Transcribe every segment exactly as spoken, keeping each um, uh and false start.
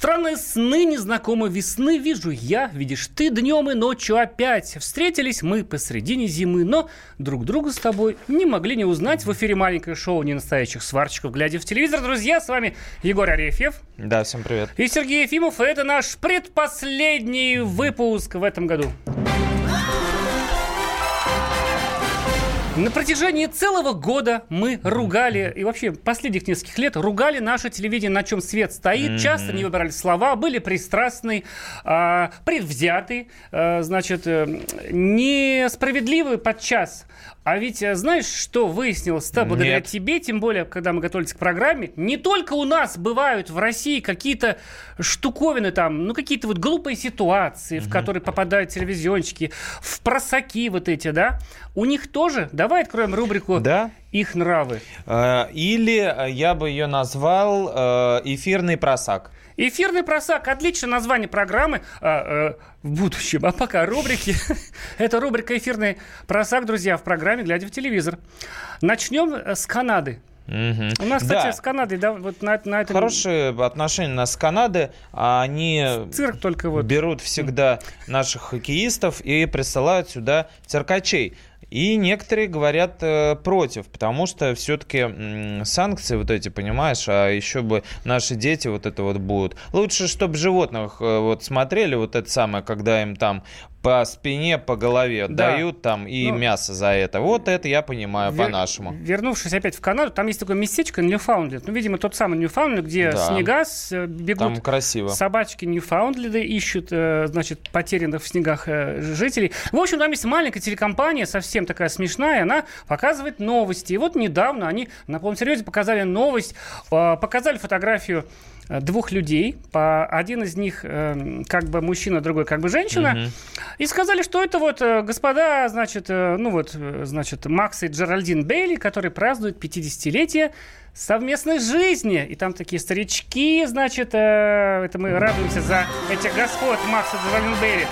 Странные сны незнакомой весны вижу я, видишь ты, днем и ночью опять. Встретились мы посредине зимы, но друг друга с тобой не могли не узнать. В эфире маленькое шоу ненастоящих сварщиков, глядя в телевизор. Друзья, с вами Егор Арефьев. Да, всем привет. И Сергей Ефимов. И это наш предпоследний выпуск в этом году. На протяжении целого года мы ругали, и вообще последних нескольких лет ругали наше телевидение, на чем свет стоит. Mm-hmm. Часто не выбирали слова, были пристрастны, э, предвзяты, э, значит, э, несправедливы подчас. А ведь знаешь, что выяснилось-то благодаря Нет. тебе, тем более, когда мы готовились к программе, не только у нас бывают в России какие-то штуковины там, ну, какие-то вот глупые ситуации, mm-hmm. в которые попадают телевизионщики, в просаки вот эти, да, у них тоже, давай откроем рубрику да? «Их нравы». Или я бы ее назвал «Эфирный просак». Эфирный просак. Отличное название программы а, а, в будущем. А пока рубрики. Это рубрика «Эфирный просак», друзья, в программе «Глядя в телевизор». Начнем с Канады. Угу. У нас, кстати, да. с Канадой, да, вот на, на этом... Хорошие отношения у нас с Канадой. Они цирк только вот. Берут всегда наших хоккеистов и присылают сюда циркачей. И некоторые говорят э, против, потому что все-таки м, санкции вот эти, понимаешь, а еще бы наши дети вот это вот будут. Лучше, чтобы животных э, вот смотрели вот это самое, когда им там по спине, по голове да. дают там и ну, мясо за это. Вот это я понимаю вер... по-нашему. Вернувшись опять в Канаду, там есть такое местечко Ньюфаундленд. Ну, видимо, тот самый Ньюфаундленд, где да. снега бегут. Там красиво. Собачки Ньюфаундленда ищут, значит, потерянных в снегах жителей. В общем, там есть маленькая телекомпания, совсем такая смешная, она показывает новости. И вот недавно они на полном серьезе показали новость, показали фотографию двух людей, по один из них э, как бы мужчина, другой как бы женщина, mm-hmm. и сказали, что это вот э, господа, значит, э, ну вот, э, значит, Макс и Джеральдин Бейли, которые празднуют пятидесятилетие совместной жизни. И там такие старички, значит, э, это мы радуемся за этих господ Макса и Джеральдин Бейли.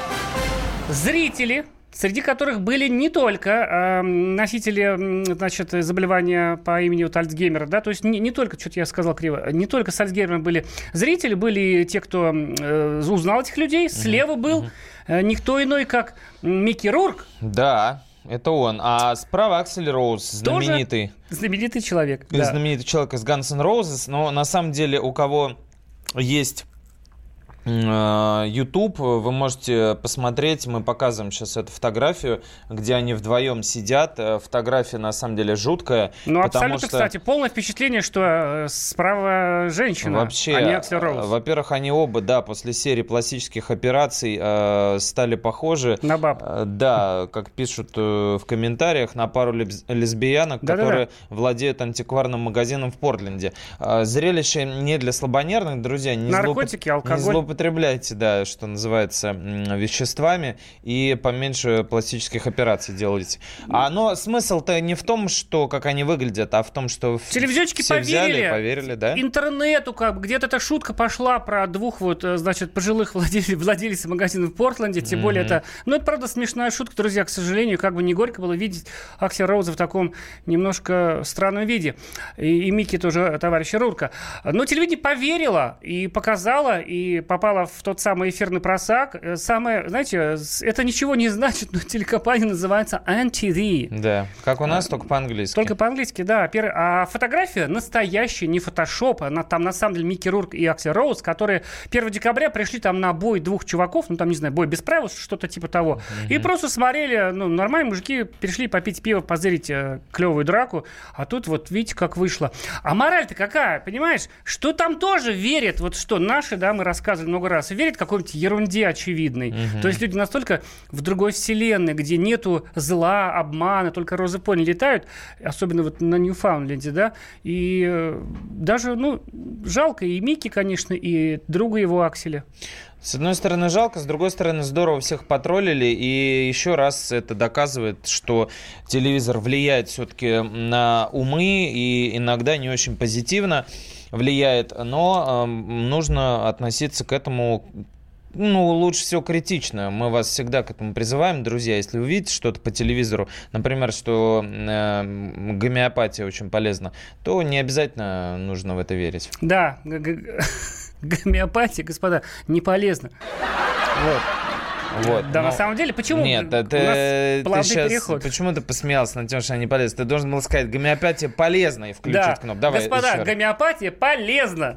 Зрители, среди которых были не только э, носители, значит, заболевания по имени вот Альцгеймера, да, то есть не, не только, что-то я сказал криво, не только с Альцгеймером были зрители, были те, кто э, узнал этих людей. Слева был э, никто иной, как Микки Рурк. Да, это он. А справа Аксель Роуз, знаменитый. Тоже знаменитый человек. Знаменитый да. человек из Guns N' Roses, но на самом деле у кого есть... YouTube, вы можете посмотреть, мы показываем сейчас эту фотографию, где они вдвоем сидят. Фотография на самом деле жуткая. Ну, абсолютно, что... кстати, полное впечатление, что справа женщина, вообще, а не Аксель Роуз. Во-первых, они оба, да, после серии пластических операций э, стали похожи. На баб. Э, да, как пишут э, в комментариях, на пару лесб... лесбиянок, да, которые да, да. владеют антикварным магазином в Портленде. Э, зрелище не для слабонервных, друзья. Не Наркотики, злоуп... алкоголь. Употребляйте, да, что называется, веществами и поменьше пластических операций делайте. А, но смысл-то не в том, что как они выглядят, а в том, что телевизионщики все поверили, взяли, поверили, да? Интернету, как бы, где-то эта шутка пошла про двух вот, значит, пожилых владельцев, владельцев магазина в Портленде, тем mm-hmm. более это, ну, это, правда, смешная шутка, друзья, к сожалению, как бы не горько было видеть Акселя Роуза в таком немножко странном виде, и, и Микки тоже, товарища Рурка. Но телевидение поверило и показало, и попало в тот самый эфирный просак. Самое, знаете, это ничего не значит, но телекомпания называется эн ти ви. Да, как у нас, а, только по-английски. Только по-английски, да. А фотография настоящая, не фотошоп. Она, там на самом деле Микки Рурк и Аксель Роуз, которые первого декабря пришли там на бой двух чуваков, ну там, не знаю, бой без правил, что-то типа того. Mm-hmm. И просто смотрели, ну, нормальные мужики пришли попить пиво, позырить э, клевую драку, а тут вот видите, как вышло. А мораль-то какая, понимаешь? Что там тоже верят, вот что наши, да, мы рассказывали много раз, верят какой-нибудь ерунде очевидной. Угу. То есть люди настолько в другой вселенной, где нету зла, обмана, только розы пони летают, особенно вот на Ньюфаундленде, да, и э, даже, ну, жалко и Микки, конечно, и друга его Акселя. С одной стороны жалко, с другой стороны здорово всех потроллили, и еще раз это доказывает, что телевизор влияет все-таки на умы и иногда не очень позитивно влияет, но э, нужно относиться к этому, ну, лучше всего критично. Мы вас всегда к этому призываем, друзья. Если вы видите что-то по телевизору, например, что э, гомеопатия очень полезна, то не обязательно нужно в это верить. Да, гомеопатия, господа, не полезна. Вот. Вот, да, но... на самом деле, почему Нет, у ты, нас ты плавный сейчас, переход? Почему ты посмеялся над тем, что они полезны? Ты должен был сказать, гомеопатия полезна, и включить да. кнопку. Давай, господа, гомеопатия полезна.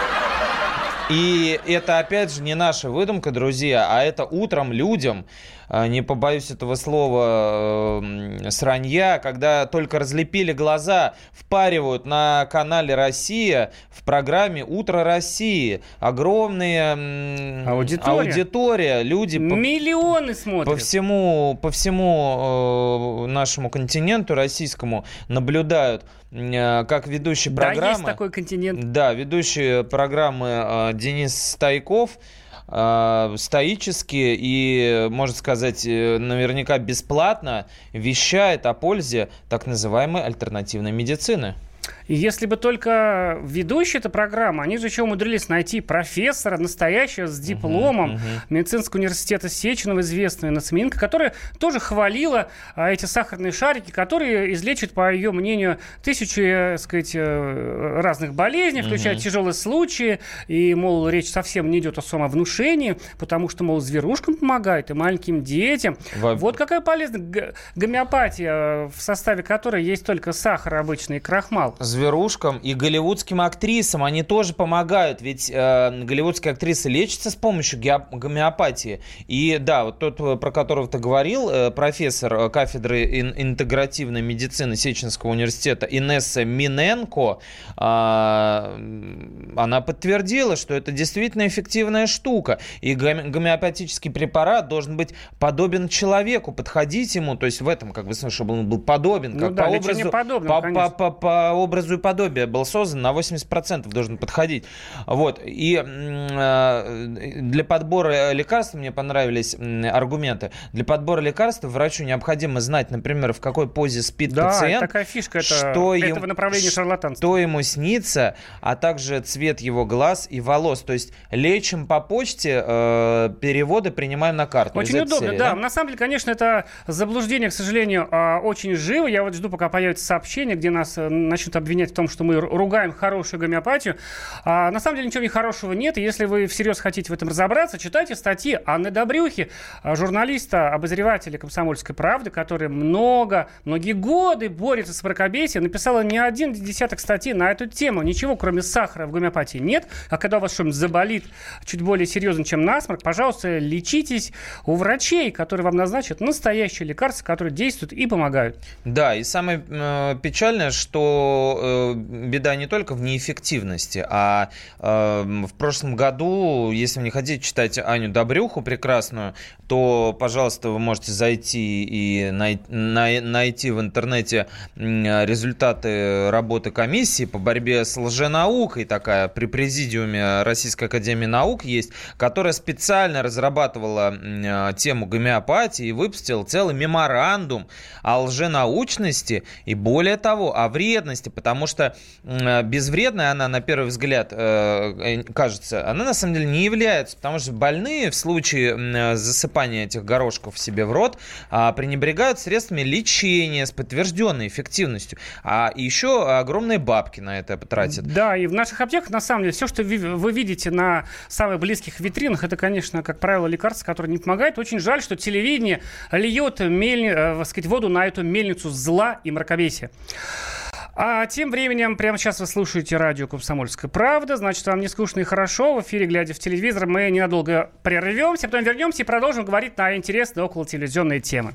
И это, опять же, не наша выдумка, друзья, а это утром людям, не побоюсь этого слова, сранья, когда только разлепили глаза, впаривают на канале «Россия» в программе «Утро России». Огромная аудитория, аудитория люди... Миллионы по, смотрят. По всему, по всему э, нашему континенту российскому наблюдают, как ведущий программы... Да, есть такой континент. Да, ведущий программы э, Денис Стайков э, стоически и, можно сказать, наверняка бесплатно вещает о пользе так называемой альтернативной медицины. И если бы только ведущие этой программы, они же еще умудрились найти профессора, настоящего, с дипломом uh-huh, uh-huh. медицинского университета Сеченова, известная нацменка, которая тоже хвалила а, эти сахарные шарики, которые излечат, по ее мнению, тысячи, так сказать, разных болезней, включая uh-huh. тяжелые случаи. И, мол, речь совсем не идет о самовнушении, потому что, мол, зверушкам помогает и маленьким детям. Во... Вот какая полезная гомеопатия, в составе которой есть только сахар обычный и крахмал. Зверушкам и голливудским актрисам они тоже помогают, ведь э, голливудские актрисы лечатся с помощью гомеопатии. И да, вот тот, про которого ты говорил, э, профессор кафедры ин- интегративной медицины Сеченского университета Инесса Миненко, э, она подтвердила, что это действительно эффективная штука. И гомеопатический препарат должен быть подобен человеку, подходить ему, то есть в этом, как бы, чтобы он был подобен, как ну, да, по образу, подобным, по, по, по, по образу и подобию был создан, на восемьдесят процентов должен подходить. Вот. И э, для подбора лекарств, мне понравились аргументы, для подбора лекарств врачу необходимо знать, например, в какой позе спит да, пациент, такая фишка это, что этого ему, направления шарлатанства. Что ему снится, а также цвет его глаз и волос. То есть лечим по почте, э, переводы принимаем на карту. Очень удобно, серии, да. да. На самом деле, конечно, это заблуждение, к сожалению, очень живо. Я вот жду, пока появится сообщение, где нас начнут обвинять в том, что мы ругаем хорошую гомеопатию. А на самом деле ничего хорошего нет. И если вы всерьез хотите в этом разобраться, читайте статьи Анны Добрюхи, журналиста, обозревателя «Комсомольской правды», который много, многие годы борется с мракобесием, написала не один десяток статей на эту тему. Ничего, кроме сахара, в гомеопатии нет. А когда у вас что-нибудь заболит чуть более серьезно, чем насморк, пожалуйста, лечитесь у врачей, которые вам назначат настоящие лекарства, которые действуют и помогают. Да, и самое э, печальное, что э, беда не только в неэффективности, а э, в прошлом году, если вы не хотите читать Аню Добрюху прекрасную, то, пожалуйста, вы можете зайти и най- най- найти в интернете результаты работы комиссии по борьбе с лженаукой, такая при президиуме Российской академии наук есть, которая специально разрабатывала э, тему гомеопатии и выпустила целый меморандум о лженаучности и, более того, о вредности, потому что э, безвредная она, на первый взгляд, э, кажется, она на самом деле не является, потому что больные в случае э, засыпания этих горошков себе в рот э, пренебрегают средствами лечения с подтвержденной эффективностью, а еще огромные бабки на это потратят. Да, и в наших аптеках, на самом деле, все, что вы, вы видите на самых близких витринах, это, конечно, как правило, лекарства, которые не помогают. Очень жаль, что телевидение льет мельни, э, сказать, воду на эту мельницу зла и мракобесия. А тем временем, прямо сейчас вы слушаете радио «Комсомольская правда». Значит, вам не скучно и хорошо. В эфире, глядя в телевизор, мы ненадолго прервемся, потом вернемся и продолжим говорить на интересные околотелевизионные темы.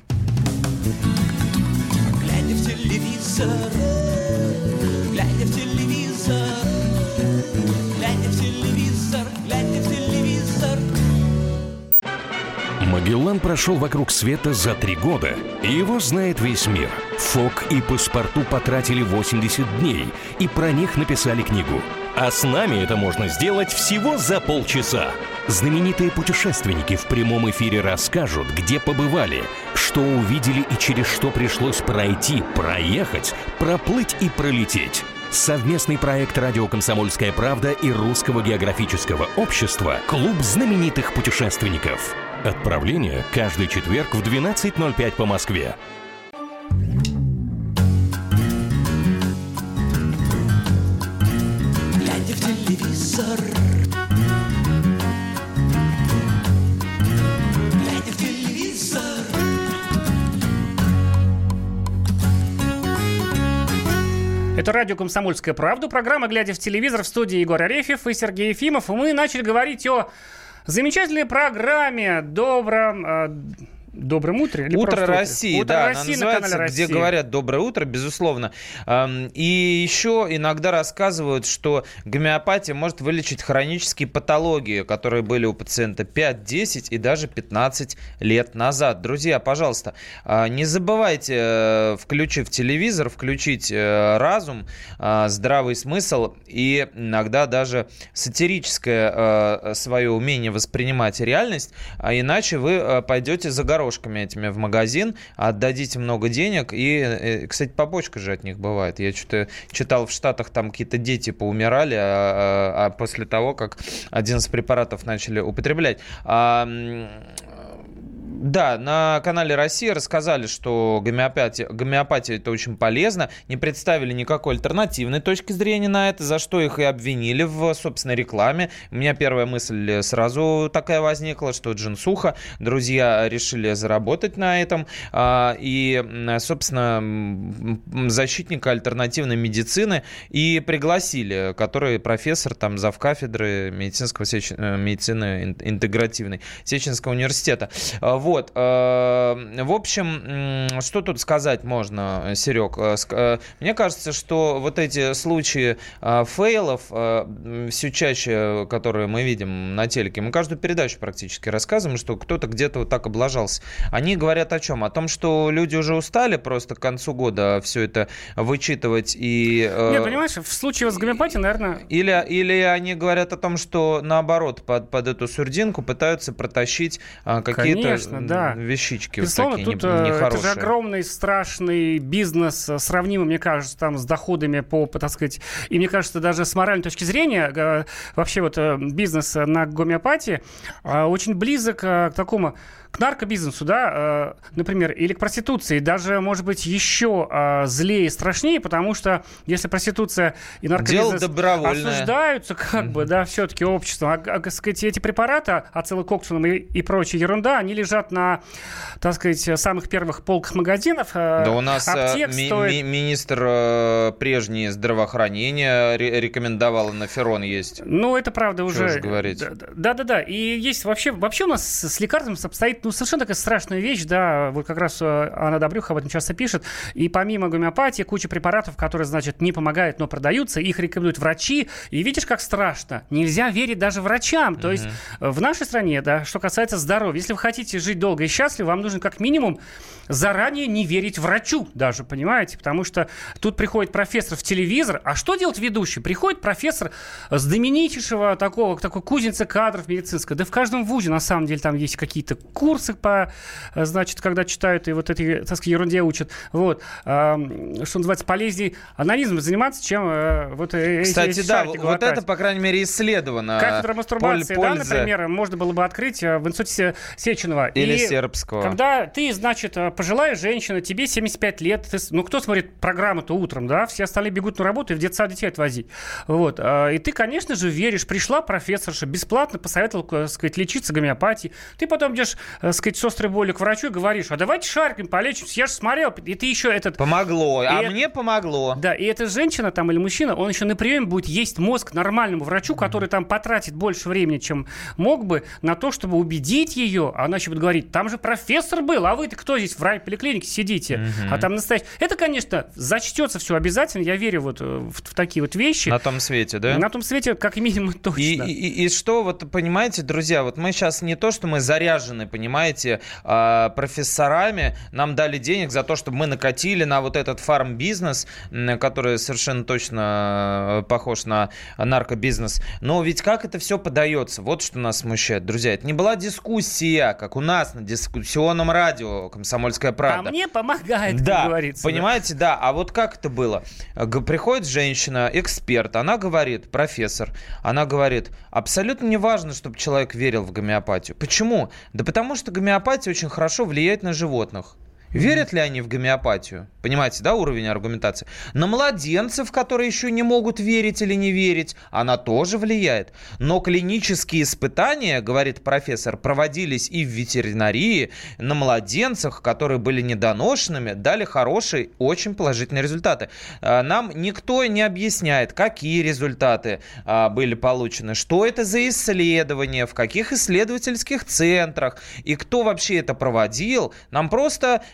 Глядя в телевизор, глядя в телевизор, глядя в телевизор, глядя в телевизор. Магеллан прошел вокруг света за три года, и его знает весь мир. Фок и Паспарту потратили восемьдесят дней, и про них написали книгу. А с нами это можно сделать всего за полчаса. Знаменитые путешественники в прямом эфире расскажут, где побывали, что увидели и через что пришлось пройти, проехать, проплыть и пролететь. Совместный проект «Радио Комсомольская правда» и Русского географического общества «Клуб знаменитых путешественников». Отправление каждый четверг в двенадцать ноль пять по Москве. Глядя в телевизор, Это радио «Комсомольская правда». Программа «Глядя в телевизор», в студии Егор Арефьев и Сергей Ефимов. И мы начали говорить о замечательной программе «Добром...» э, Добрым утром? Или Утро России, Утро да, России она на называется, канале где Россия. говорят «Доброе утро», безусловно. И еще иногда рассказывают, что гомеопатия может вылечить хронические патологии, которые были у пациента пять, десять и даже пятнадцать лет назад. Друзья, пожалуйста, не забывайте, включив телевизор, включить разум, здравый смысл и иногда даже сатирическое свое умение воспринимать реальность, а иначе вы пойдете за горошками этими в магазин, отдадите много денег, и, кстати, побочка же от них бывает. Я что-то читал, в Штатах там какие-то дети поумирали, а, а, а после того, как один из препаратов начали употреблять. А, Да, на канале «Россия» рассказали, что гомеопатия, гомеопатия это очень полезно. Не представили никакой альтернативной точки зрения на это, за что их и обвинили в собственной рекламе. У меня первая мысль сразу такая возникла, что джинсуха. Друзья решили заработать на этом. И, собственно, защитника альтернативной медицины и пригласили, который профессор, там, завкафедры медицинского сеч... медицины интегративной Сеченского университета. Вот. Вот, в общем, что тут сказать можно, Серег? Мне кажется, что вот эти случаи фейлов, все чаще, которые мы видим на телеке, мы каждую передачу практически рассказываем, что кто-то где-то вот так облажался. Они говорят о чем? О том, что люди уже устали просто к концу года все это вычитывать и... Нет, понимаешь, в случае с гомеопатией, наверное... Или, или они говорят о том, что наоборот, под, под эту сурдинку пытаются протащить какие-то... Конечно, да. Вещички Безусловно, вот такие тут нехорошие. Это же огромный, страшный бизнес, сравнимый, мне кажется, там, с доходами по, по, так сказать, и мне кажется, даже с моральной точки зрения, вообще вот бизнес на гомеопатии очень близок к такому, к наркобизнесу, да, например, или к проституции, даже, может быть, еще злее и страшнее, потому что если проституция и наркобизнес осуждаются, как mm-hmm. бы, да, все-таки обществом, а, а, так сказать, эти препараты, ацилококсином и, и прочая ерунда, они лежат на, так сказать, самых первых полках магазинов. Да у нас аптек ми- стоит... ми- министр э, прежнее здравоохранения ре- рекомендовал наферон есть. Ну, это правда уже... Что же говорить? Да-да-да. И есть вообще... Вообще у нас с лекарством обстоит ну, совершенно такая страшная вещь, да, вот как раз Анна Добрюха об этом часто пишет, и помимо гомеопатии куча препаратов, которые, значит, не помогают, но продаются, их рекомендуют врачи, и видишь, как страшно, нельзя верить даже врачам, то mm-hmm. есть в нашей стране, да, что касается здоровья, если вы хотите жить долго и счастливо, вам нужно как минимум заранее не верить врачу даже, понимаете, потому что тут приходит профессор в телевизор, а что делать ведущий? Приходит профессор знаменитейшего такого, такой кузницы кадров медицинской, да в каждом вузе, на самом деле, там есть какие-то курсы по, значит, когда читают и вот этой, так сказать, ерунде учат. Вот. А, что называется, полезнее анализмом заниматься, чем а, вот эти Кстати, эти да, шарики вот глотать. это, по крайней мере, исследовано. Кафедра мастурбации, Поль, да, например, можно было бы открыть в институте Сеченова. Или и Сербского. Когда ты, значит, пожилая женщина, тебе семьдесят пять лет, ты, ну, кто смотрит программу-то утром, да? Все остальные бегут на работу и в детсад детей отвозить. Вот. И ты, конечно же, веришь. Пришла профессорша, бесплатно посоветовала, так сказать, лечиться гомеопатией. Ты потом идешь, так сказать, с острой болью к врачу и говоришь, а давайте шариками полечимся. Я же смотрел, и ты еще этот... Помогло, и а это... мне помогло. Да, и эта женщина там или мужчина, он еще на приеме будет есть мозг нормальному врачу, который там потратит больше времени, чем мог бы, на то, чтобы убедить ее. А она еще будет говорить, там же профессор был, а вы-то кто здесь в райполиклинике сидите? Mm-hmm. А там настоящий... Это, конечно, зачтется все обязательно, я верю вот в, в такие вот вещи. На том свете, да? На том свете, как минимум, точно. И, и, и что, вот понимаете, друзья, вот мы сейчас не то, что мы заряжены, понимаете, профессорами, нам дали денег за то, чтобы мы накатили на вот этот фарм-бизнес, который совершенно точно похож на наркобизнес. Но ведь как это все подается? Вот что нас смущает, друзья. Это не была дискуссия, как у нас на дискуссионном радио «Комсомольская правда». А мне помогает, как да, говорится. Понимаете, да. А вот как это было? Приходит женщина, эксперт, она говорит, профессор, она говорит, абсолютно не важно, чтобы человек верил в гомеопатию. Почему? Да потому что гомеопатия очень хорошо влияет на животных. Верят ли они в гомеопатию? Понимаете, да, уровень аргументации? На младенцев, которые еще не могут верить или не верить, она тоже влияет. Но клинические испытания, говорит профессор, проводились и в ветеринарии на младенцах, которые были недоношенными, дали хорошие, очень положительные результаты. Нам никто не объясняет, какие результаты были получены, что это за исследования, в каких исследовательских центрах и кто вообще это проводил. Нам просто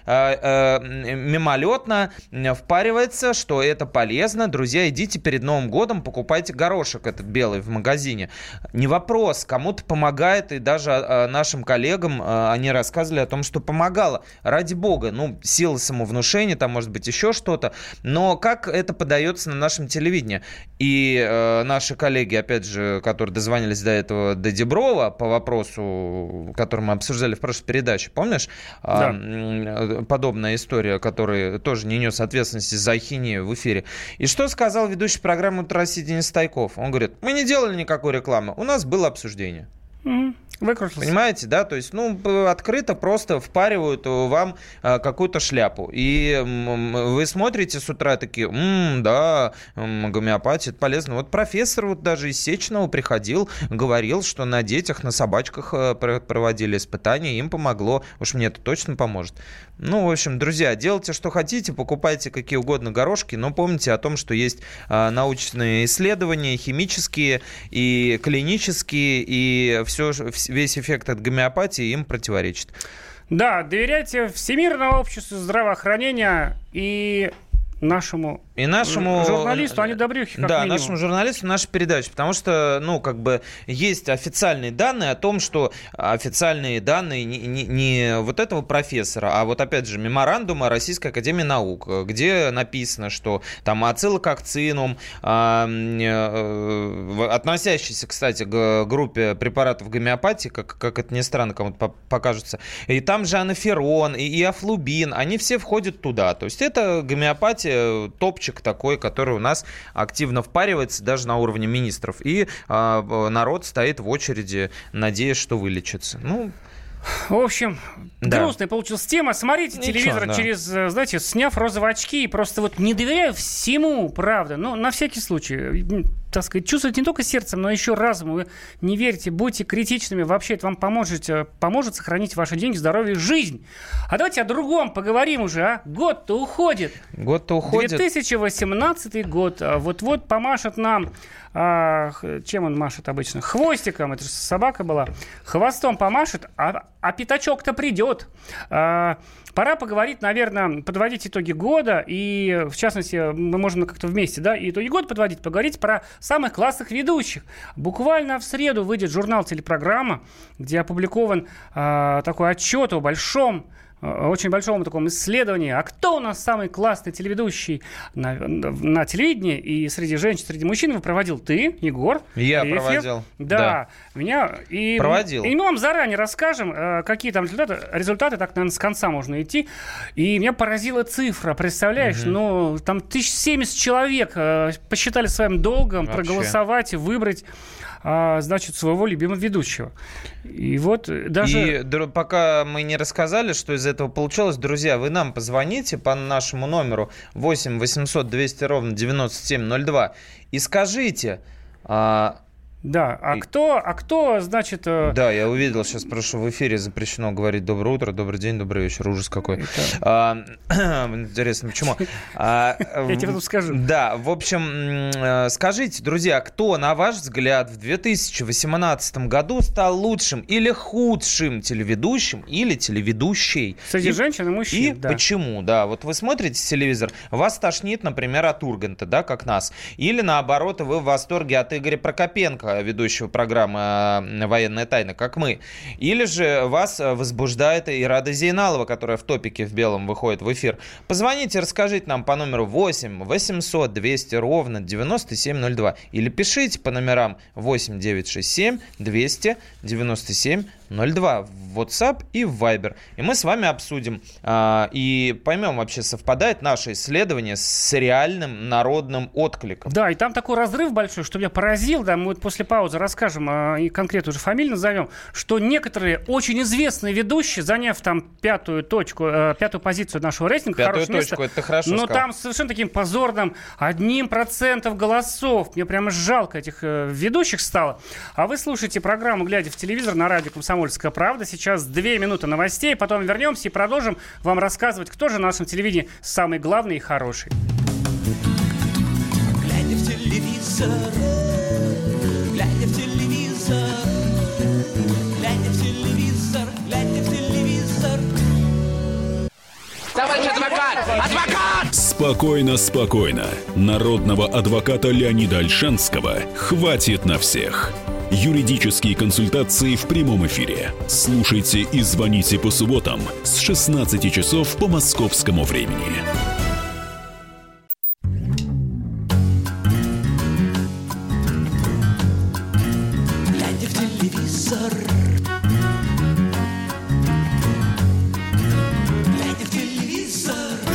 мимолетно впаривается, что это полезно. Друзья, идите перед Новым годом, покупайте горошек этот белый в магазине. Не вопрос, кому-то помогает, и даже нашим коллегам они рассказывали о том, что помогало. Ради бога, ну, силы самовнушения, там может быть еще что-то, но как это подается на нашем телевидении? И э, наши коллеги, опять же, которые дозвонились до этого, до Деброва по вопросу, который мы обсуждали в прошлой передаче, помнишь? Да. А, подобная история, которая тоже не нес ответственности за ахинею в эфире. И что сказал ведущий программы «Утро России» Денис Тайков? Он говорит, мы не делали никакой рекламы, у нас было обсуждение. Mm-hmm. Выкрутился. Понимаете, да? То есть, ну, открыто просто впаривают вам а, какую-то шляпу. И м, вы смотрите с утра такие, м, да, м, гомеопатия, это полезно. Вот профессор вот даже из Сеченова приходил, говорил, что на детях, на собачках а, проводили испытания, им помогло. Уж мне это точно поможет. Ну, в общем, друзья, делайте, что хотите, покупайте какие угодно горошки, но помните о том, что есть а, научные исследования, химические и клинические, и все, весь эффект от гомеопатии им противоречит. Да, доверяйте Всемирному обществу здравоохранения и нашему, и нашему журналисту, Ане Добрюхе, как да, минимум. нашему журналисту нашей передачи, потому что, ну, как бы есть официальные данные о том, что официальные данные не, не, не вот этого профессора, а вот опять же меморандума Российской академии наук, где написано, что там ацилококцинум, а, а, относящийся, кстати, к группе препаратов гомеопатии, как, как это ни странно кому-то покажется, и там же анаферон, и, и афлубин, они все входят туда. То есть это гомеопатия, топчик такой, который у нас активно впаривается даже на уровне министров. И э, народ стоит в очереди, надеясь, что вылечится. Ну, в общем, да. грустная получилась тема. Смотрите Ничего, телевизор да. через, знаете, сняв розовые очки, и просто вот не доверяю всему, правда. Но на всякий случай, так сказать, чувствуйте не только сердцем, но еще разумом. Вы не верьте, будьте критичными. Вообще это вам поможет, поможет сохранить ваши деньги, здоровье, жизнь. А давайте о другом поговорим уже, а? Год-то уходит. Год-то уходит. две тысячи восемнадцатый год. Вот-вот помашет нам... А, чем он машет обычно? Хвостиком, это же собака была. Хвостом помашет, а, а пятачок-то придет. А, пора поговорить, наверное, подводить итоги года. И, в частности, мы можем как-то вместе, да, и итоги года подводить, поговорить про самых классных ведущих. Буквально в среду выйдет журнал «Телепрограмма», где опубликован а, такой отчет о большом, очень большом таком исследовании, а кто у нас самый классный телеведущий на, на, на телевидении и среди женщин, среди мужчин, вы проводил ты, Егор. Я Эфир. проводил. Да, да. Меня и проводил. И мы вам заранее расскажем, какие там результаты. Результаты, так, наверное, с конца можно идти. И меня поразила цифра, представляешь, угу. ну, там тысяча семьдесят человек посчитали своим долгом вообще проголосовать и выбрать, значит, своего любимого ведущего. И вот даже... И пока мы не рассказали, что из этого получилось, друзья, вы нам позвоните по нашему номеру восемь восемьсот двести ровно девяносто семь ноль два и скажите... А... Да, а, и... кто, а кто, значит... Да, я увидел, сейчас прошу, в эфире запрещено говорить «доброе утро», «добрый день», «добрый вечер», ужас какой. Это... А, интересно, почему? Я тебе потом скажу. Да, в общем, скажите, друзья, кто, на ваш взгляд, в две тысячи восемнадцатом году стал лучшим или худшим телеведущим или телеведущей? Среди женщин и мужчин, И почему, да. Вот вы смотрите телевизор, вас тошнит, например, от Урганта, да, как нас. Или, наоборот, вы в восторге от Игоря Прокопенко, ведущего программы «Военная тайна», как мы. Или же вас возбуждает Ирада Зейналова, которая в топике в белом выходит в эфир. Позвоните, расскажите нам по номеру восемь восемьсот двести ровно девяносто семь ноль два. Или пишите по номерам восемь девятьсот шестьдесят семь двести девяносто семь ноль два в WhatsApp и в Viber. И мы с вами обсудим а, и поймем, вообще совпадает наше исследование с реальным народным откликом. Да, и там такой разрыв большой, что меня поразил. Да, мы вот после после паузы расскажем, э, и конкретно уже фамилию назовем, что некоторые очень известные ведущие, заняв там пятую точку, э, пятую позицию нашего рейтинга, Пятую хорошее точку, место, это хорошо но сказал. там совершенно таким позорным одним процентом голосов. Мне прямо жалко этих э, ведущих стало. А вы слушаете программу «Глядя в телевизор» на радио «Комсомольская правда». Сейчас две минуты новостей, потом вернемся и продолжим вам рассказывать, кто же на нашем телевидении самый главный и хороший. Глядя в телевизор, глядя в телевизор, глядя в телевизор, глядя в телевизор. Товарищ адвокат! Адвокат! Спокойно, спокойно. Народного адвоката Леонида Ольшанского хватит на всех. Юридические консультации в прямом эфире. Слушайте и звоните по субботам с шестнадцати часов по московскому времени. Глядя в телевизор, глядя в телевизор.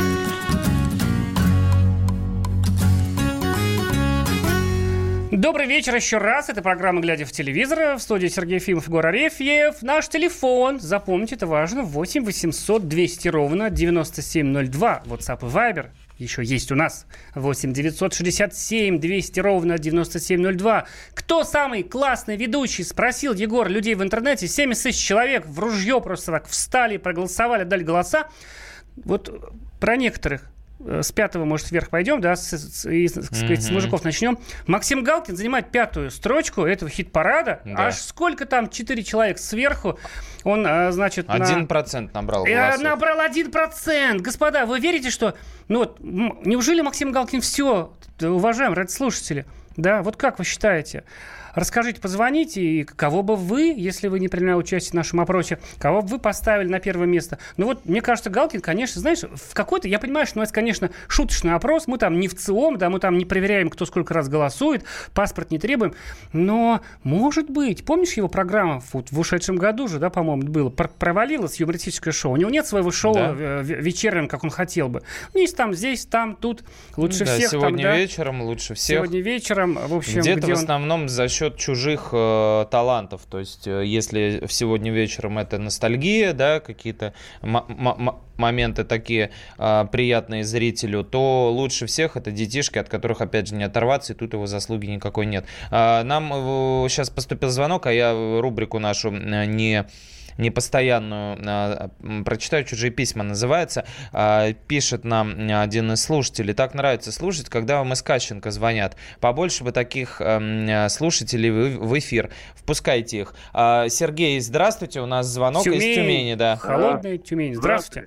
Добрый вечер еще раз. Это программа «Глядя в телевизор». В студии Сергей Ефимов, Егор Арефьев. Наш телефон, запомните, это важно, восемь восемьсот двести ровно девяносто семь ноль два. WhatsApp и Viber еще есть у нас. восемь девятьсот шестьдесят семь двести ровно девяносто семь ноль два. Кто самый классный ведущий? Спросил Егор людей в интернете. семьдесят тысяч человек в ружье просто так встали, проголосовали, дали голоса. Вот про некоторых. С пятого, может, вверх пойдем, да, с, с, и, так сказать, с мужиков начнем. Максим Галкин занимает пятую строчку этого хит-парада. Да. Аж сколько там? Четыре человека сверху. Он, значит, Один процент на... набрал голосов. Набрал один процент. Господа, вы верите, что... Ну вот, неужели Максим Галкин все, уважаемые радиослушатели? Да, вот как вы считаете? Расскажите, позвоните, и кого бы вы, если вы не принимали участие в нашем опросе, кого бы вы поставили на первое место? Ну вот, мне кажется, Галкин, конечно, знаешь, в какой-то, я понимаю, что у нас, конечно, шуточный опрос, мы там не в ЦИОМ, да, мы там не проверяем, кто сколько раз голосует, паспорт не требуем, но, может быть, помнишь его программа, вот, в ушедшем году же, да, по-моему, было, провалилось юмористическое шоу, у него нет своего шоу да. вечерним, как он хотел бы. Есть там, здесь, там, тут, лучше да, всех. Сегодня там, да, вечером лучше всех. Сегодня вечером, в общем, где-то где в он... основном за счет чужих э, талантов. То есть, э, если сегодня вечером это ностальгия, да, какие-то м- м- моменты такие э, приятные зрителю, то лучше всех это детишки, от которых, опять же, не оторваться, и тут его заслуги никакой нет. Э, нам э, сейчас поступил звонок, а я рубрику нашу э, не... непостоянную, а, прочитаю «Чужие письма» называется, а, пишет нам один из слушателей: так нравится слушать, когда вам из Кащенко звонят. Побольше бы таких а, слушателей в, в эфир. Впускайте их. А, Сергей, здравствуйте, у нас звонок Тюмень, из Тюмени. Да. Холодная Тюмень. Здравствуйте.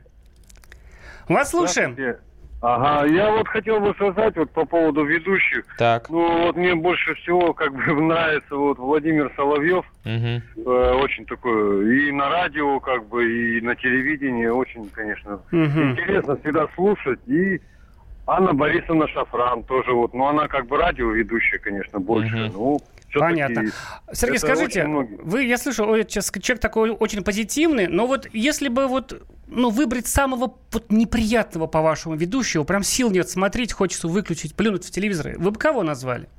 Вас слушаем. Здравствуйте. Ага, я вот хотел бы сказать вот по поводу ведущих. Так. Ну вот мне больше всего как бы нравится вот Владимир Соловьев. Угу. Э, очень такой и на радио как бы, и на телевидении очень, конечно, угу. интересно всегда слушать. И Анна Борисовна Шафран тоже вот, ну она как бы радиоведущая, конечно, больше. Угу. Ну, понятно. Сергей, скажите, вы, я слышу, сейчас человек такой очень позитивный, но вот если бы вот, ну, выбрать самого вот неприятного, по-вашему, ведущего, прям сил нет смотреть, хочется выключить, плюнуть в телевизор, вы бы кого назвали?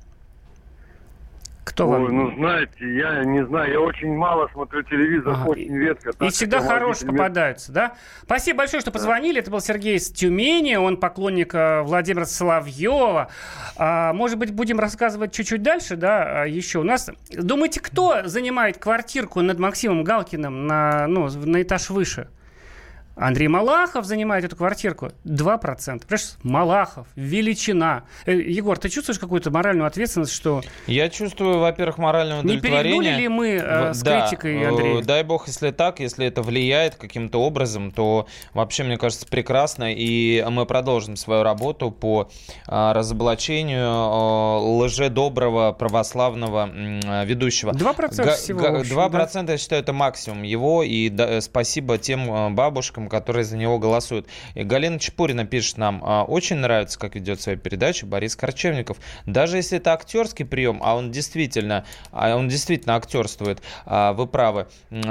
Кто Ой, вам? ну, знаете, я не знаю, я очень мало смотрю телевизор, ага. очень редко. И всегда хорошие попадаются, да? Спасибо большое, что позвонили. Да. Это был Сергей из Тюмени, он поклонник Владимира Соловьева. А, может быть, будем рассказывать чуть-чуть дальше, да, еще у нас. Думаете, кто занимает квартирку над Максимом Галкиным на, ну, на этаж выше? Андрей Малахов занимает эту квартирку. два процента. Понимаешь, Малахов, величина. Э, Егор, ты чувствуешь какую-то моральную ответственность, что... Я чувствую, во-первых, моральное удовлетворение. Не перегнули ли мы э, с да, критикой, Андрей? Дай бог, если так, если это влияет каким-то образом, то вообще, мне кажется, прекрасно. И мы продолжим свою работу по э, разоблачению э, лжедоброго православного э, ведущего. два процента всего. два процента, да? Я считаю, это максимум его. И да, спасибо тем э, бабушкам, которые за него голосуют. И Галина Чепурина пишет нам: очень нравится, как ведет свою передачу Борис Корчевников. Даже если это актерский прием, а он действительно, а он действительно актерствует, вы правы,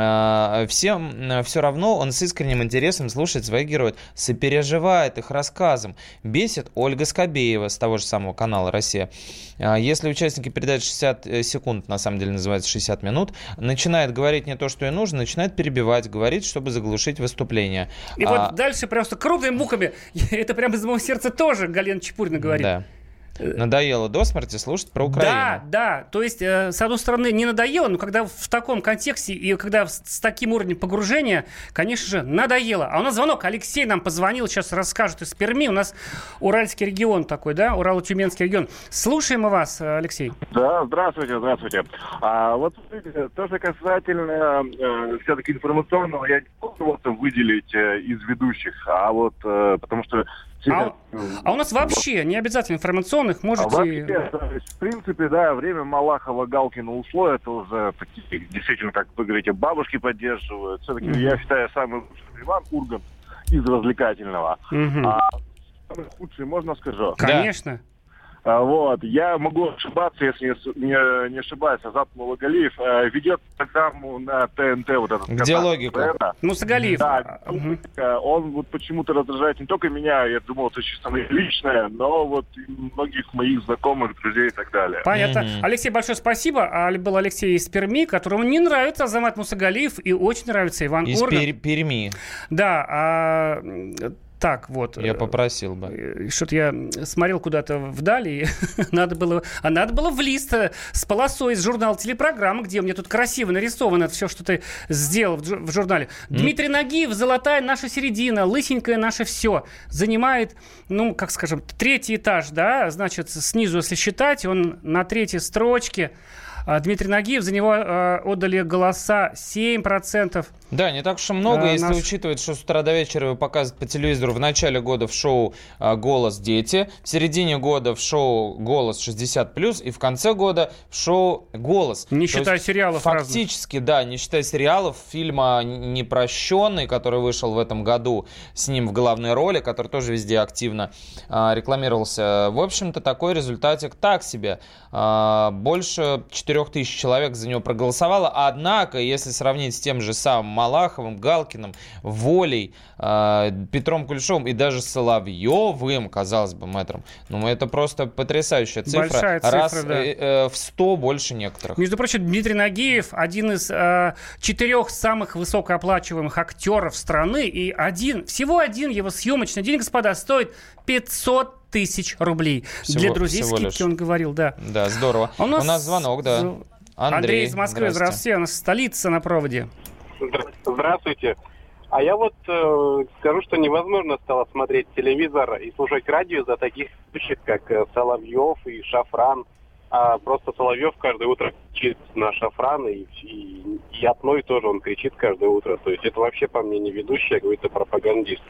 всем все равно он с искренним интересом слушает своих героев, сопереживает их рассказам. Бесит Ольга Скобеева с того же самого канала «Россия». Если участники передачи шестьдесят секунд, на самом деле называется шестьдесят минут, начинает говорить не то, что ей нужно, начинает перебивать, говорить, чтобы заглушить выступление. И а... вот дальше просто крупными буквами, это прямо из моего сердца тоже Галина Чепурина говорит. Да. Надоело до смерти слушать про Украину. Да, да. То есть, э, с одной стороны, не надоело, но когда в таком контексте и когда с, с таким уровнем погружения, конечно же, надоело. А у нас звонок. Алексей нам позвонил, сейчас расскажет из Перми. У нас Уральский регион такой, да? Урало-Тюменский регион. Слушаем мы вас, Алексей. Да, здравствуйте, здравствуйте. А вот тоже касательно э, все-таки информационного, я не могу кого-то выделить э, из ведущих, а вот э, потому что А, а у нас вообще не обязательно информационных, можете... А вообще, то есть, в принципе, да, время Малахова-Галкина ушло, это уже такие, действительно, как вы говорите, бабушки поддерживают. Все-таки, mm-hmm. я считаю, самый лучший Иван Ургант из развлекательного. Mm-hmm. А самый худший, можно скажу? Конечно. А, вот, я могу ошибаться, если не, не, не ошибаюсь, Азат Мусагалиев э, ведет программу на ТНТ. Вот этот, где канал, логика? Мусагалиев. Да, угу. Он вот почему-то раздражает не только меня, я думал, это чисто личное, но вот и многих моих знакомых, друзей и так далее. Понятно. Mm-hmm. Алексей, большое спасибо. А был Алексей из Перми, которому не нравится Азамат Мусагалиев и очень нравится Иван из Ургант. Из Перми. Да, а... Так, вот. Я попросил бы. Что-то я смотрел куда-то вдали, надо было, а надо было в лист с полосой из журнала «Телепрограмма», где у меня тут красиво нарисовано все, что ты сделал в журнале. Mm. Дмитрий Нагиев, «Золотая наша середина», «Лысенькое наше все». Занимает, ну, как скажем, третий этаж, да, значит, снизу, если считать, он на третьей строчке. Дмитрий Нагиев, за него э, отдали голоса семь процентов. Да, не так уж и много, а, если наш... учитывать, что с утра до вечера его показывают по телевизору в начале года в шоу «Голос дети», в середине года в шоу «Голос шестьдесят плюс» и в конце года в шоу «Голос». Не То считая есть, сериалов фактически, разных. Да, не считая сериалов, фильма «Непрощенный», который вышел в этом году с ним в главной роли, который тоже везде активно а, рекламировался. В общем-то, такой результатик так себе. А, больше четырех тысяч человек за него проголосовало, однако, если сравнить с тем же самым Малаховым, Галкиным, Волей, э, Петром Кулешовым и даже Соловьевым, казалось бы, мэтром, ну, это просто потрясающая цифра. Большая цифра, раз да. э, э, в сто больше некоторых. Между прочим, Дмитрий Нагиев один из э, четырех самых высокооплачиваемых актеров страны, и один, всего один его съемочный день, господа, стоит пятьсот тысяч рублей. Всего, Для друзей скидки, лишь. Он говорил, да. Да, здорово. У нас, у нас звонок, да. Андрей, Андрей из Москвы, здравствуйте. здравствуйте. У нас столица на проводе. Здравствуйте. А я вот э, скажу, что невозможно стало смотреть телевизор и слушать радио за таких случаев, как э, Соловьев и Шафран. А просто Соловьев каждое утро кричит на Шафрана, и, и, и Ятной тоже он кричит каждое утро. То есть это вообще, по мне, не ведущий, а какой-то пропагандист.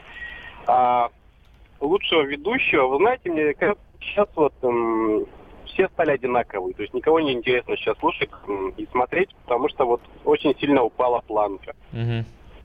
А лучшего ведущего, вы знаете, мне кажется, сейчас вот... Эм, все стали одинаковые, то есть никого не интересно сейчас слушать и смотреть, потому что вот очень сильно упала планка. Mm-hmm.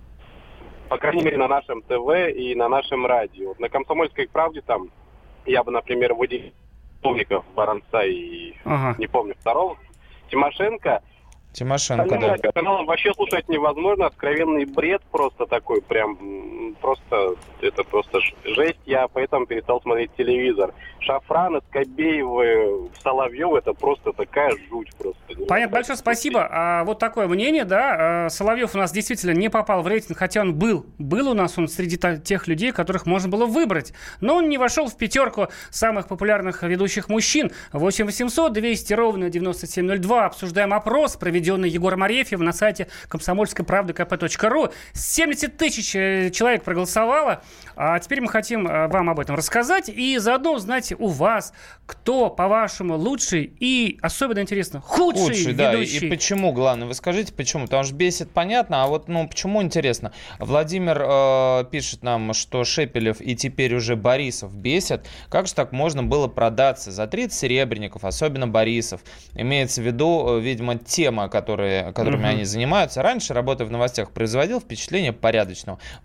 По крайней мере, на нашем ТВ и на нашем радио. Вот на «Комсомольской правде» там я бы, например, выделил Помников, Баранца и ага. не помню второго, Тимошенко. Тимошенко, да. Каналом вообще слушать невозможно, откровенный бред просто такой, прям просто, это просто жесть. Я поэтому перестал смотреть телевизор. Шафран, Скобеевы, Соловьев, это просто такая жуть просто. Понятно, большое спасибо. А, вот такое мнение, да. Соловьев у нас действительно не попал в рейтинг, хотя он был. Был у нас он среди тех людей, которых можно было выбрать. Но он не вошел в пятерку самых популярных ведущих мужчин. восемь восемьсот двести ровно девяносто семь ноль два. Обсуждаем опрос, проведенный Егором Арефьевым на сайте комсомольской правды ка пэ точка ру. семьдесят тысяч человек проголосовало. А теперь мы хотим вам об этом рассказать и заодно узнать у вас, кто, по-вашему, лучший и, особенно интересно, худший, худший ведущий. Да, и почему, главное, вы скажите, почему? Потому что бесит, понятно, а вот, ну, почему интересно? Владимир э, пишет нам, что Шепелев и теперь уже Борисов бесят. Как же так можно было продаться за тридцать серебряников, особенно Борисов? Имеется в виду, видимо, тема, которые, которыми uh-huh. они занимаются. Раньше, работая в новостях, производил впечатление порядочного. Владимир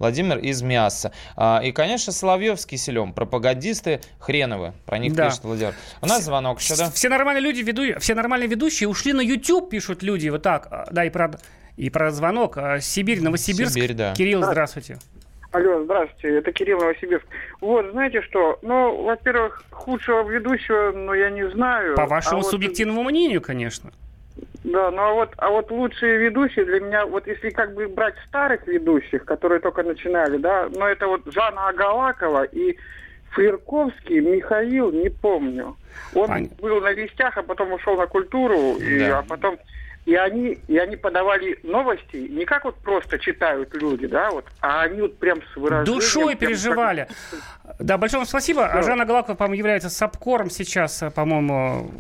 из мяса. И, конечно, Соловьев с Киселем. Пропагандисты хреновы. Про них да. пишет Владимир. У нас звонок еще, да? Все нормальные люди, веду... все нормальные ведущие ушли на YouTube, пишут люди. Вот так. Да, и про, и про звонок. Сибирь, Новосибирск. Сибирь, да. Кирилл, здравствуйте. Алло, здравствуйте, это Кирилл, Новосибирск. Вот, знаете что, ну, во-первых, худшего ведущего, ну, я не знаю. По вашему а субъективному вот, мнению, конечно. Да, ну, а вот, а вот лучшие ведущие для меня, вот если как бы брать старых ведущих, которые только начинали, да, ну, это вот Жанна Агалакова и Фырковский, Михаил, не помню. Он Понятно. был на вестях, а потом ушел на культуру, и, да. а потом... И они, и они подавали новости не как вот просто читают люди, да, вот, а они вот прям с выражением... Душой переживали. Как... Да, большое вам спасибо. Да. Жанна Агалакова, по-моему, является сапкором сейчас, по-моему,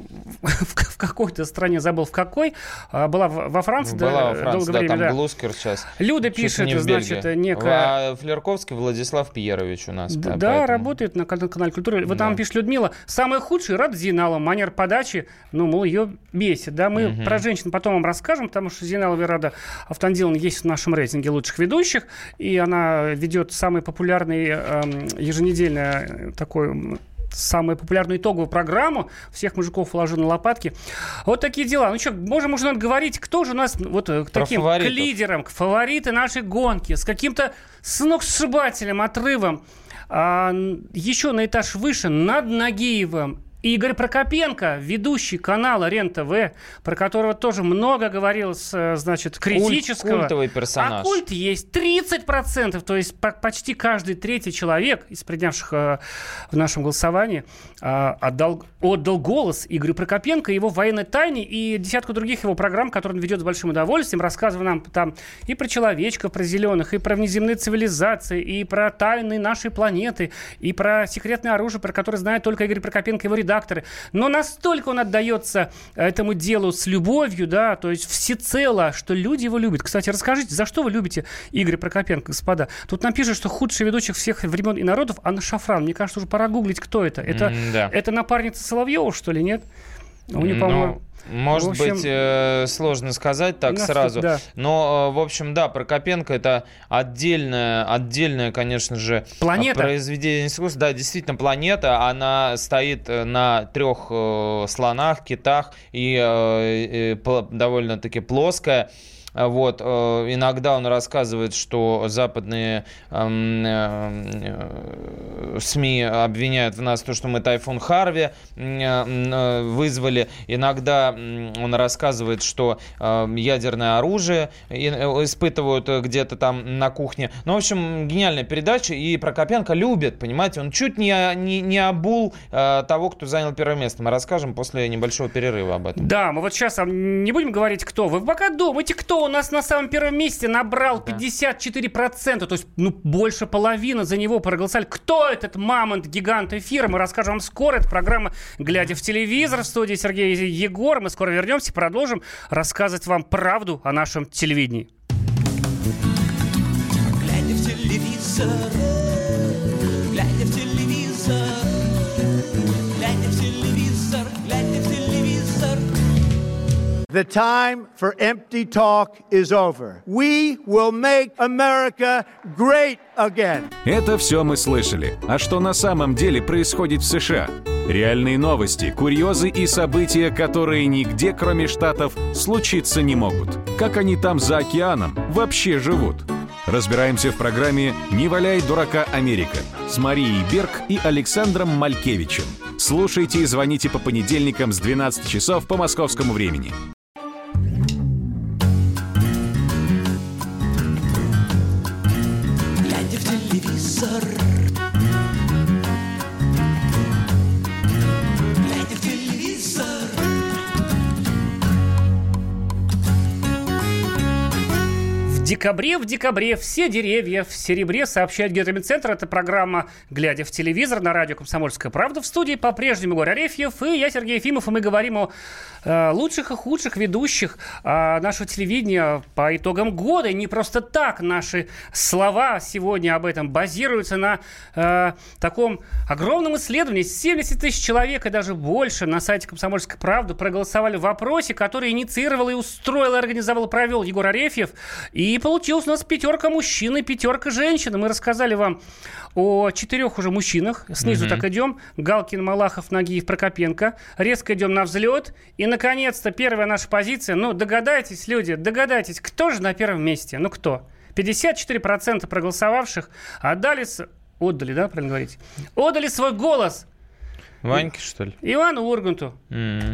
в какой-то стране, забыл в какой. Была во Франции, Была да, во Франции, долгое да, время. там да. Глускер сейчас. Люда пишет, не значит, некая... А Флерковский Владислав Пьерович у нас. Да, поэтому... работает на канале «Культура». Вот да. там пишет Людмила. Самое худшее — Рада Зейналова. Манер подачи, ну, мол, ее бесит. Да, мы угу. про женщин потом вам расскажем, потому что Зейналова Рада Автандиловна есть в нашем рейтинге лучших ведущих, и она ведет самый популярный э, еженедельный такой... самую популярную итоговую программу. Всех мужиков уложу на лопатки. Вот такие дела. Ну что, можем уже надо говорить, кто же у нас вот к таким к лидерам, к фавориты нашей гонки, с каким-то сногсшибательным отрывом. А, еще на этаж выше, над Нагиевым, Игорь Прокопенко, ведущий канала РЕН-ТВ, про которого тоже много говорилось, значит, критического. Культ, культовый персонаж. А культ есть тридцать процентов, то есть почти каждый третий человек из принявших в нашем голосовании отдал, отдал голос Игорю Прокопенко, его «Военной тайне» и десятку других его программ, которые он ведет с большим удовольствием, рассказывая нам там и про человечков, про зеленых, и про внеземные цивилизации, и про тайны нашей планеты, и про секретное оружие, про которое знает только Игорь Прокопенко и его редакторы. Но настолько он отдается этому делу с любовью, да, то есть всецело, что люди его любят. Кстати, расскажите, за что вы любите Игоря Прокопенко, господа? Тут нам пишут, что худший ведущих всех времен и народов Анна Шафран. Мне кажется, уже пора гуглить, кто это. Это, mm, да. это напарница Соловьева, что ли, нет? У нее, по-моему... Может общем, быть, э, сложно сказать так сразу. Да. Но, э, в общем, да, Прокопенко — это отдельная, отдельная, конечно же, планета. Произведение искусства. Да, действительно, планета. Она стоит на трех э, слонах, китах и э, э, довольно-таки плоская. Вот. Иногда он рассказывает, что западные эм, э, СМИ обвиняют в нас то, что мы тайфун Харви э, вызвали. Иногда он рассказывает, что э, ядерное оружие испытывают где-то там на кухне. Ну, в общем, гениальная передача. И Прокопенко любит, понимаете, он чуть не, не, не обул э, того, кто занял первое место. Мы расскажем после небольшого перерыва об этом. Да, мы вот сейчас не будем говорить, кто. Вы пока думаете, кто у нас на самом первом месте набрал пятьдесят четыре процента, то есть ну, больше половины за него проголосовали. Кто этот мамонт, гигант эфира? Мы расскажем вам скоро. Это программа «Глядя в телевизор». В студии Сергей Егор. Мы скоро вернемся и продолжим рассказывать вам правду о нашем телевидении. Глядя в телевизор, глядя в телевизор, глядя в телевизор, глядя в телевизор. The time for empty talk is over. We will make America great again. Это все мы слышали. А что на самом деле происходит в США? Реальные новости, курьезы и события, которые нигде, кроме Штатов, случиться не могут. Как они там за океаном вообще живут? Разбираемся в программе «Не валяй дурака, Америка» с Марией Берг и Александром Малькевичем. Слушайте и звоните по понедельникам с двенадцати часов по московскому времени. Глядя в телевизор, глядя в телевизор. В декабре, в декабре все деревья в серебре, сообщает Гидромедцентр. Это программа «Глядя в телевизор» на радио «Комсомольская правда». В студии по-прежнему Егор Арефьев и я, Сергей Ефимов. И мы говорим о э, лучших и худших ведущих э, нашего телевидения по итогам года. И не просто так наши слова сегодня об этом базируются на э, таком огромном исследовании. семьдесят тысяч человек и даже больше на сайте «Комсомольской правды» проголосовали в вопросе, который инициировал и устроил, и организовал, провел Егор Арефьев. И И получилось у нас пятерка мужчин и пятерка женщин. Мы рассказали вам о четырех уже мужчинах. Снизу mm-hmm. так идем. Галкин, Малахов, Нагиев, Прокопенко. Резко идем на взлет. И, наконец-то, первая наша позиция. Ну, догадайтесь, люди, догадайтесь, кто же на первом месте? Ну, кто? пятьдесят четыре процента проголосовавших отдали... Отдали, да, правильно говорить? Отдали свой голос. Ваньке, что ли? Ивану Урганту. Mm-hmm.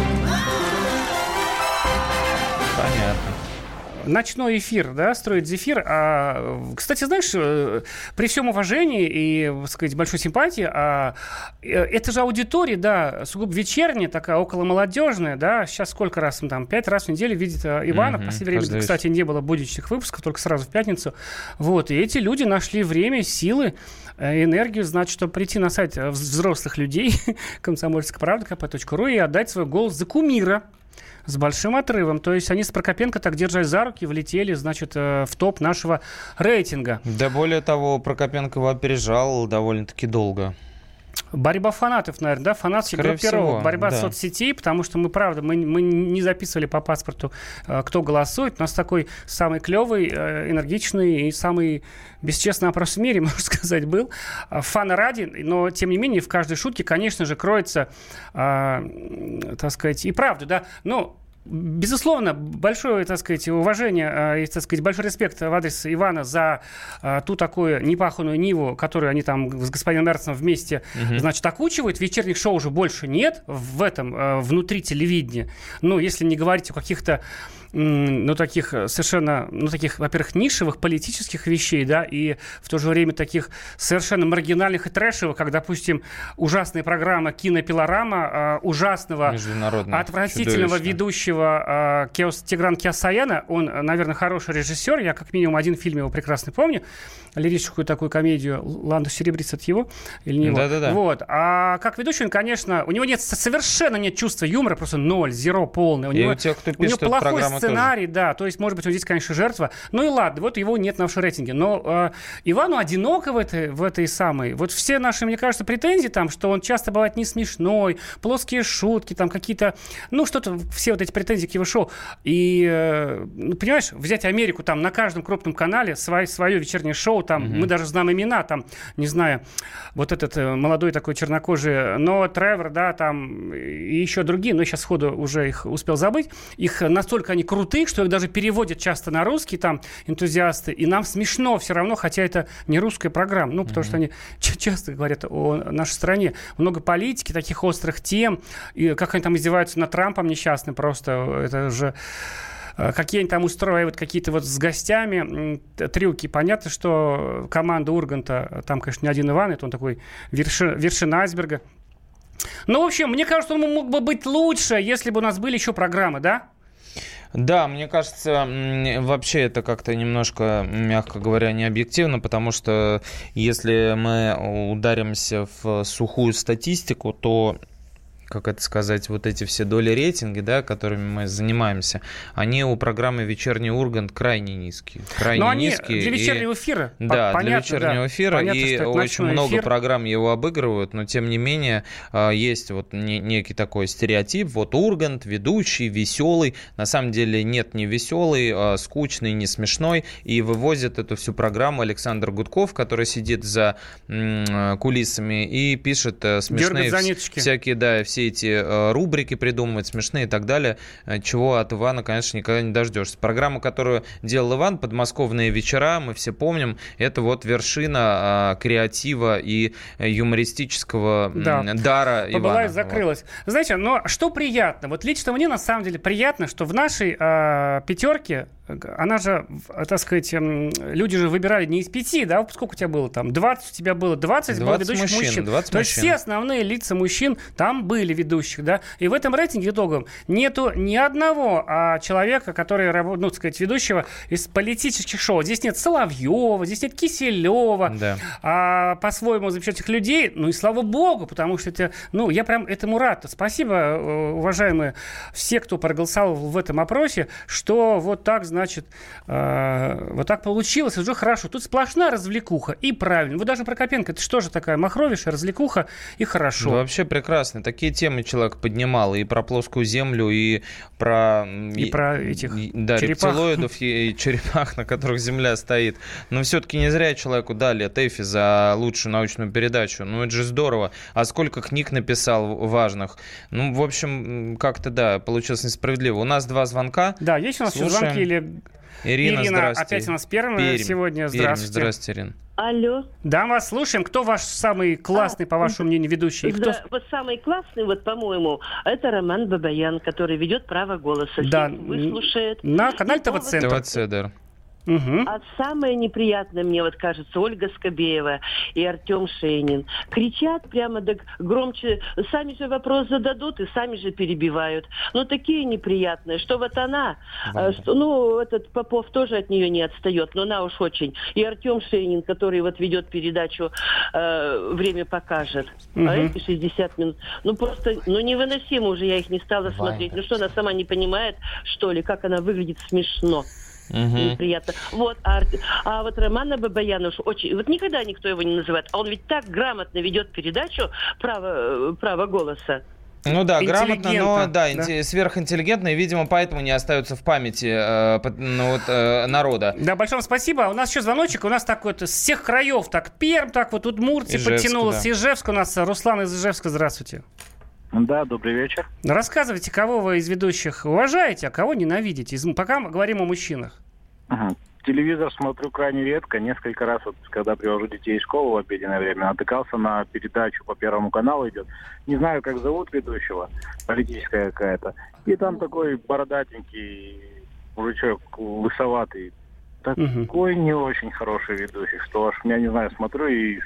Понятно. Ночной эфир, да, строит Зефир. А, кстати, знаешь, при всем уважении и, так сказать, большой симпатии, а, это же аудитория, да, сугубо вечерняя, такая, околомолодежная, да, сейчас сколько раз, там, пять раз в неделю видит Ивана. Mm-hmm. В последнее время, кстати, не было будничных выпусков, только сразу в пятницу. Вот, и эти люди нашли время, силы, энергию, значит, чтобы прийти на сайт взрослых людей, комсомольская правда, ка пэ точка ру, и отдать свой голос за кумира. С большим отрывом. То есть они с Прокопенко так, держась за руки, влетели, значит, в топ нашего рейтинга. Да более того, Прокопенко его опережал довольно-таки долго. Борьба фанатов, наверное, да? Фанатских группировок. Борьба да. соцсетей, потому что мы, правда, мы, мы не записывали по паспорту, кто голосует. У нас такой самый клевый, энергичный и самый бесчестный опрос в мире, можно сказать, был. Фана ради, но, тем не менее, в каждой шутке, конечно же, кроется, э, так сказать, и правда, да? Но безусловно, большое, так сказать, уважение и, так сказать, большой респект в адрес Ивана за а, ту такую непаханную ниву, которую они там с господином Мерцем вместе, угу. значит, окучивают. Вечерних шоу уже больше нет в этом, а, внутри телевидения. Ну, если не говорить о каких-то ну, таких совершенно, ну, таких, во-первых, нишевых политических вещей, да, и в то же время таких совершенно маргинальных и трэшевых, как, допустим, ужасная программа «Кинопилорама», э, ужасного, отвратительного ведущего э, Кеос, Тигран Кеосаяна. Он, наверное, хороший режиссер, я как минимум один фильм его прекрасно помню, лирическую такую комедию «Ландыш серебрится» от его, или не его. Да-да-да. Вот. А как ведущий, он, конечно, у него нет, совершенно нет чувства юмора, просто ноль, зеро полный. У и него, у тех, кто у него пишет плохой сценарий, тоже. Да, то есть, может быть, он здесь, конечно, жертва. Ну и ладно, вот его нет на нашем рейтинге. Но э, Ивану одиноко в этой, в этой самой. Вот все наши, мне кажется, претензии там, что он часто бывает не смешной, плоские шутки, там какие-то, ну что-то, все вот эти претензии к его шоу. И, э, ну, понимаешь, взять Америку, там на каждом крупном канале свое, свое вечернее шоу, там, mm-hmm. мы даже знаем имена, там, не знаю, вот этот э, молодой такой чернокожий, но Тревор, да, там, и еще другие, но я сейчас сходу уже их успел забыть. Их настолько они крутые, что их даже переводят часто на русский, там, энтузиасты, и нам смешно все равно, хотя это не русская программа, ну, потому mm-hmm. что они ч- часто говорят о нашей стране. Много политики, таких острых тем, и как они там издеваются над Трампом несчастным, просто это же... Какие они там устраивают какие-то вот с гостями трюки. Понятно, что команда Урганта, там, конечно, не один Иван, это он такой верши, вершина айсберга. Ну, в общем, мне кажется, он мог бы быть лучше, если бы у нас были еще программы, да? Да, мне кажется, вообще это как-то немножко, мягко говоря, не объективно, потому что если мы ударимся в сухую статистику, то... как это сказать, вот эти все доли рейтинга, да, которыми мы занимаемся, они у программы «Вечерний Ургант» крайне низкие. Крайне Но они низкие. для вечернего и, эфира. Да, понятно, для вечернего да. эфира. Понятно, и очень много эфир. программ его обыгрывают, но тем не менее есть вот некий такой стереотип. Вот Ургант, ведущий, веселый. На самом деле нет, не веселый, скучный, не смешной. И вывозит эту всю программу Александр Гудков, который сидит за кулисами и пишет смешные всякие, да, все эти рубрики придумывать, смешные и так далее, чего от Ивана, конечно, никогда не дождешься. Программа, которую делал Иван, «Подмосковные вечера», мы все помним, это вот вершина а, креатива и юмористического да. дара Ивана. Побыла и закрылась. Вот. Знаете, но что приятно? Вот лично мне, на самом деле, приятно, что в нашей а, пятерке, она же, так сказать, люди же выбирали не из пяти, да? Сколько у тебя было там? двадцать у тебя было, двадцать, двадцать было ведущих мужчин. мужчин. двадцать То мужчин. Есть все основные лица мужчин там были ведущих, да? И в этом рейтинге итоговом нету ни одного а, человека, который, ну, так сказать, ведущего из политических шоу. Здесь нет Соловьева, здесь нет Киселева, да. а, по-своему замечательных людей. Ну и слава богу, потому что это, ну, я прям этому рад. Спасибо, уважаемые все, кто проголосовал в этом опросе, что вот так, значит, э, вот так получилось, уже хорошо. Тут сплошная развлекуха, и правильно. Вот даже Прокопенко, это что же такая махровейшая развлекуха, и хорошо. Да, вообще прекрасно. Такие темы человек поднимал, и про плоскую землю, и про... И, и про этих да, черепах. рептилоидов, и, и черепах, на которых Земля стоит. Но все-таки не зря человеку дали ТЭФИ за лучшую научную передачу. Ну, это же здорово. А сколько книг написал важных. Ну, в общем, как-то, да, получилось несправедливо. У нас два звонка. Да, есть у нас еще звонки или... Ирина, Ирина, здрасте. опять у нас первая Пермь. сегодня. Здравствуйте. Пермь, здрасте, Ирина. Алло. Да, вас слушаем. Кто ваш самый классный, а, по вашему мнению, ведущий? Да, кто... вот самый классный, вот, по-моему, это Роман Бабаян, который ведет «Право голоса». Да. Всех выслушает. На канале ТВ-центр. ТВ-центр. Угу. А самое неприятное, мне вот кажется, Ольга Скобеева и Артем Шейнин. Кричат прямо да громче, сами же вопрос зададут и сами же перебивают. Но такие неприятные, что вот она, э, что, ну, этот Попов тоже от нее не отстает, но она уж очень. И Артем Шейнин, который вот ведет передачу э, «Время покажет». Угу. А эти шестьдесят минут. Ну, просто, ну, невыносимо уже, я их не стала Вайна. смотреть. Ну, что, она сама не понимает, что ли, как она выглядит смешно. Угу. Неприятно. Вот, а, а вот Романа Бабаяна уж очень... Вот никогда никто его не называет. А он ведь так грамотно ведет передачу «Право, право голоса». Ну да, грамотно, но да, да. сверхинтеллигентно, и, видимо, поэтому не остается в памяти э, ну, вот, э, народа. Да, большое спасибо. У нас еще звоночек. У нас так вот с всех краев, так Пермь, так вот Удмуртия подтянулась, да. Ижевск у нас. Руслан из Ижевска, здравствуйте. Да, добрый вечер. Рассказывайте, кого вы из ведущих уважаете, а кого ненавидите. Пока мы говорим о мужчинах. Ага. Телевизор смотрю крайне редко. Несколько раз, вот, когда привожу детей из школы в обеденное время, натыкался на передачу по Первому каналу идет. Не знаю, как зовут ведущего, политическая какая-то. И там такой бородатенький мужичок, лысоватый. Такой угу. не очень хороший ведущий, что аж, я не знаю, смотрю и...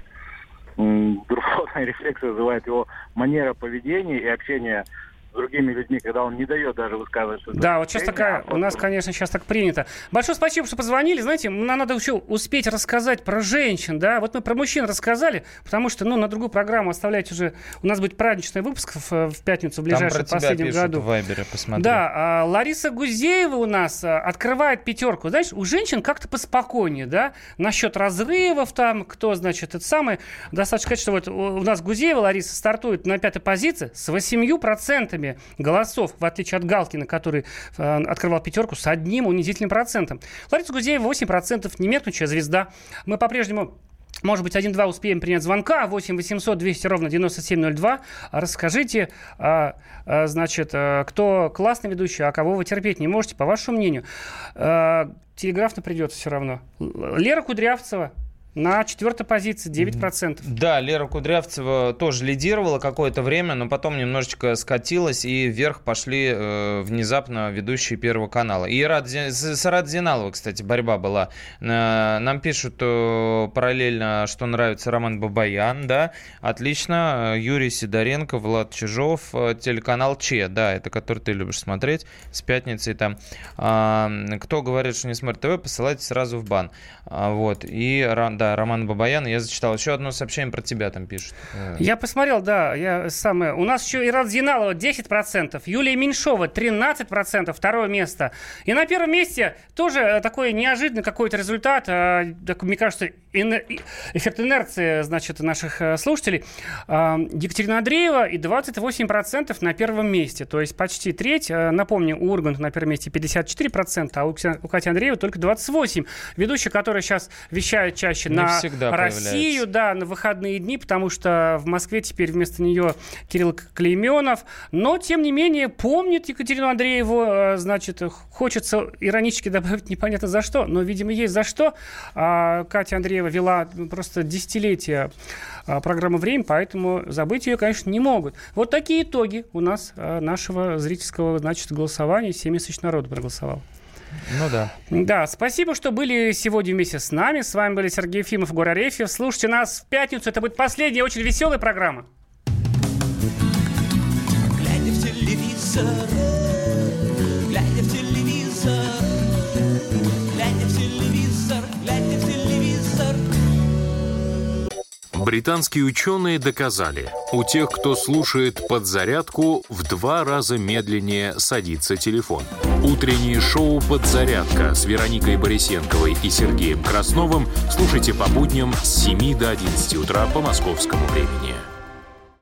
Дурфотная рефлексия вызывает его манера поведения и общения с другими людьми, когда он не дает даже высказывать. Да, вот сейчас такая, у нас, конечно, сейчас так принято. Большое спасибо, что позвонили. Знаете, нам надо еще успеть рассказать про женщин, да. Вот мы про мужчин рассказали, потому что, ну, на другую программу оставлять уже... У нас будет праздничный выпуск в, в пятницу, в ближайшем последнем году. В Вайбере, посмотри. Да, а Лариса Гузеева у нас открывает пятерку. Знаешь, у женщин как-то поспокойнее, да, насчет разрывов там, кто, значит, это самое. Достаточно сказать, что вот у нас Гузеева Лариса стартует на пятой позиции с восемью процентами голосов, в отличие от Галкина, который э, открывал пятерку с одним унизительным процентом. Лариса Гузеева восемь процентов, немеркнущая звезда. Мы по-прежнему, может быть, один-два успеем принять звонка. восемь восемьсот двести ровно девяносто семь ноль два. Расскажите, а, а, значит, а, кто классный ведущий, а кого вы терпеть не можете, по вашему мнению. А, телеграфно придется все равно. Лера Кудрявцева на четвертой позиции, девять процентов. Да, Лера Кудрявцева тоже лидировала какое-то время, но потом немножечко скатилась, и вверх пошли э, внезапно ведущие Первого канала. И Рад, с Рад Зиналова, кстати, борьба была. Э, нам пишут э, параллельно, что нравится Роман Бабаян, да, отлично. Юрий Сидоренко, Влад Чижов, э, телеканал Че, да, это который ты любишь смотреть, с пятницы там. Э, кто говорит, что не смотрит ТВ, посылайте сразу в бан. Э, вот, и да, Роман Бабаян. Я зачитал еще одно сообщение про тебя, там пишут. Я посмотрел, да. Я самое... У нас еще Ират Зиналова десять процентов, Юлия Меньшова тринадцать процентов, второе место. И на первом месте тоже такой неожиданный какой-то результат. Так, мне кажется, эффект инерции, значит, наших слушателей. Екатерина Андреева и двадцать восемь процентов на первом месте. То есть почти треть. Напомню, у Урганта на первом месте пятьдесят четыре процента, а у Кати Андреевой только двадцать восемь процентов. Ведущий, который сейчас вещает чаще Не на Россию, да, на выходные дни, потому что в Москве теперь вместо нее Кирилл Клейменов. Но, тем не менее, помнит Екатерину Андрееву, значит, хочется иронически добавить непонятно за что, но, видимо, есть за что. Катя Андреева вела просто десятилетия программы «Время», поэтому забыть ее, конечно, не могут. Вот такие итоги у нас нашего зрительского, значит, голосования. семьдесят тысяч народу проголосовало. Ну да. Да, спасибо, что были сегодня вместе с нами. С вами были Сергей Ефимов, Гора Арефьев. Слушайте нас в пятницу. Это будет последняя, очень веселая программа. Глядя в телевизор, глядя в телевизор, глядя в телевизор, глядя в телевизор. Британские ученые доказали, у тех, кто слушает подзарядку, в два раза медленнее садится телефон. Утреннее шоу «Подзарядка» с Вероникой Борисенковой и Сергеем Красновым слушайте по будням с семи до одиннадцати утра по московскому времени.